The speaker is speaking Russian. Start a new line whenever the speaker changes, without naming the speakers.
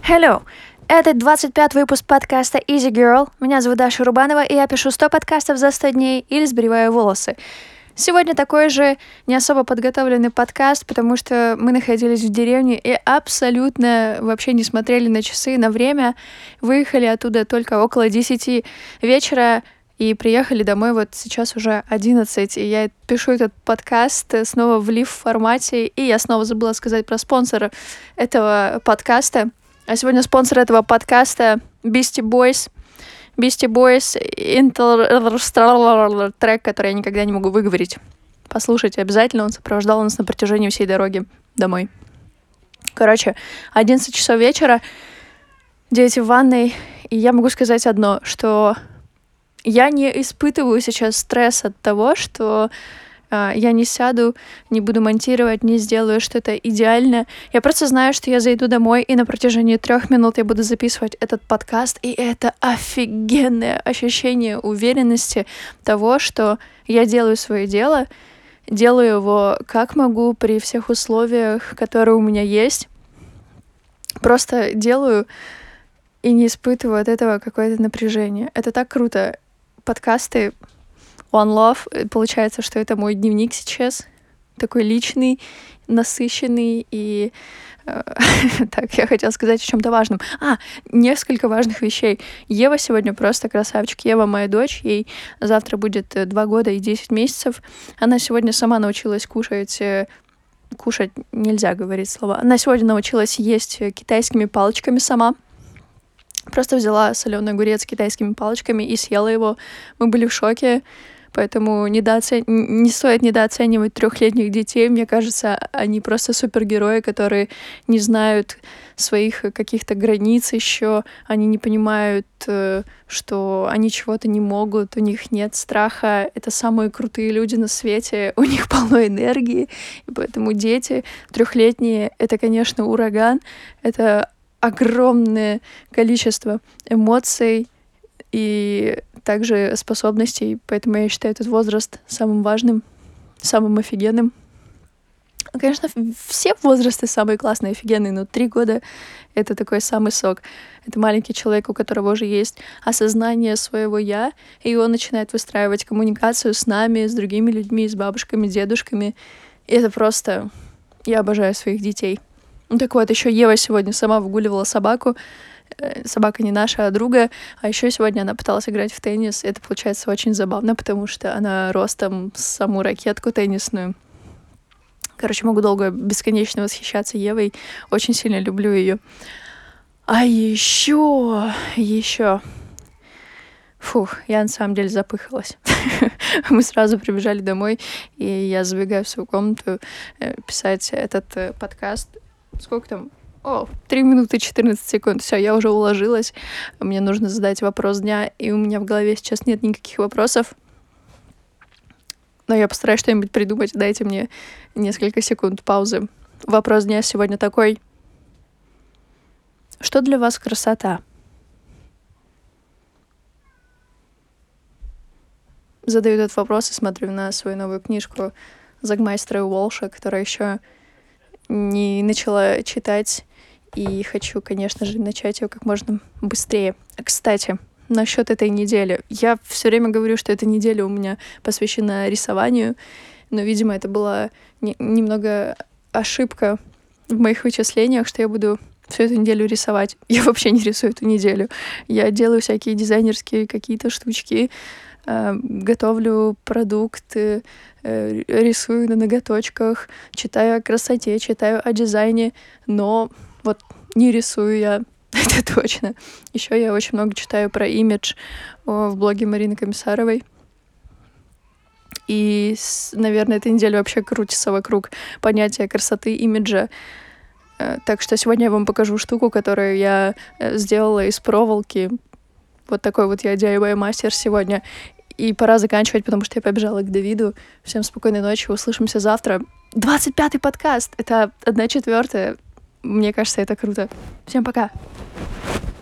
Hello! Это 25-й выпуск подкаста Easy Girl. Меня зовут Даша Рубанова, и я пишу 100 подкастов за 100 дней или сбриваю волосы. Сегодня такой же не особо подготовленный подкаст, потому что мы находились в деревне и абсолютно вообще не смотрели на часы, на время. Выехали оттуда только около 10 вечера и приехали домой вот сейчас уже 11. И я пишу этот подкаст снова в лив-формате, и я снова забыла сказать про спонсора этого подкаста. А сегодня спонсор этого подкаста Beastie Boys. Beastie Boys Interstellar трек, который я никогда не могу выговорить. Послушайте обязательно, он сопровождал нас на протяжении всей дороги домой. Короче, 11 часов вечера, дети в ванной, и я могу сказать одно, что я не испытываю сейчас стресс от того, что я не сяду, не буду монтировать, не сделаю что-то идеально. Я просто знаю, что я зайду домой, и на протяжении 3 минут я буду записывать этот подкаст, и это офигенное ощущение уверенности того, что я делаю свое дело, делаю его как могу при всех условиях, которые у меня есть. Просто делаю и не испытываю от этого какое-то напряжение. Это так круто. Подкасты One Love, получается, что это мой дневник сейчас, такой личный, насыщенный, и так, я хотела сказать о чем-то важном. Несколько важных вещей. Ева сегодня просто красавчик. Ева моя дочь, ей завтра будет 2 года и 10 месяцев. Она сегодня сама научилась кушать нельзя говорить слова. Она сегодня научилась есть китайскими палочками сама. Просто взяла соленый огурец с китайскими палочками и съела его. Мы были в шоке. Поэтому не стоит недооценивать 3-летних детей. Мне кажется, они просто супергерои, которые не знают своих каких-то границ еще. Они не понимают, что они чего-то не могут, у них нет страха. Это самые крутые люди на свете, у них полно энергии. И поэтому дети 3-летние — это, конечно, ураган. Это огромное количество эмоций и также способностей, поэтому я считаю этот возраст самым важным, самым офигенным. Конечно, все возрасты самые классные, офигенные, но 3 года — это такой самый сок. Это маленький человек, у которого уже есть осознание своего «я», и он начинает выстраивать коммуникацию с нами, с другими людьми, с бабушками, дедушками. И это просто... Я обожаю своих детей. Так вот, еще Ева сегодня сама выгуливала собаку. Собака не наша, а друга. А еще сегодня она пыталась играть в теннис. Это получается очень забавно, потому что она ростом с саму ракетку теннисную. Короче, могу долго, бесконечно восхищаться Евой. Очень сильно люблю ее. А еще... Фух, я на самом деле запыхалась. Мы сразу прибежали домой, и я забегаю в свою комнату писать этот подкаст. Сколько там? 3 минуты 14 секунд. Все, я уже уложилась. Мне нужно задать вопрос дня, и у меня в голове сейчас нет никаких вопросов. Но я постараюсь что-нибудь придумать. Дайте мне несколько секунд паузы. Вопрос дня сегодня такой. Что для вас красота? Задаю этот вопрос и смотрю на свою новую книжку Загмайстера Уолша, которую еще не начала читать. И хочу, конечно же, начать ее как можно быстрее. Кстати, насчет этой недели. Я все время говорю, что эта неделя у меня посвящена рисованию, но, видимо, это была немного ошибка в моих вычислениях, что я буду всю эту неделю рисовать. Я вообще не рисую эту неделю. Я делаю всякие дизайнерские какие-то штучки, готовлю продукты, рисую на ноготочках, читаю о красоте, читаю о дизайне, но вот не рисую я, это точно. Еще я очень много читаю про имидж в блоге Марины Комиссаровой. И, наверное, эта неделя вообще крутится вокруг понятия красоты, имиджа. Так что сегодня я вам покажу штуку, которую я сделала из проволоки. Вот такой вот я DIY-мастер сегодня. И пора заканчивать, потому что я побежала к Давиду. Всем спокойной ночи, услышимся завтра. 25-й подкаст! Это 1/4. Мне кажется, это круто. Всем пока!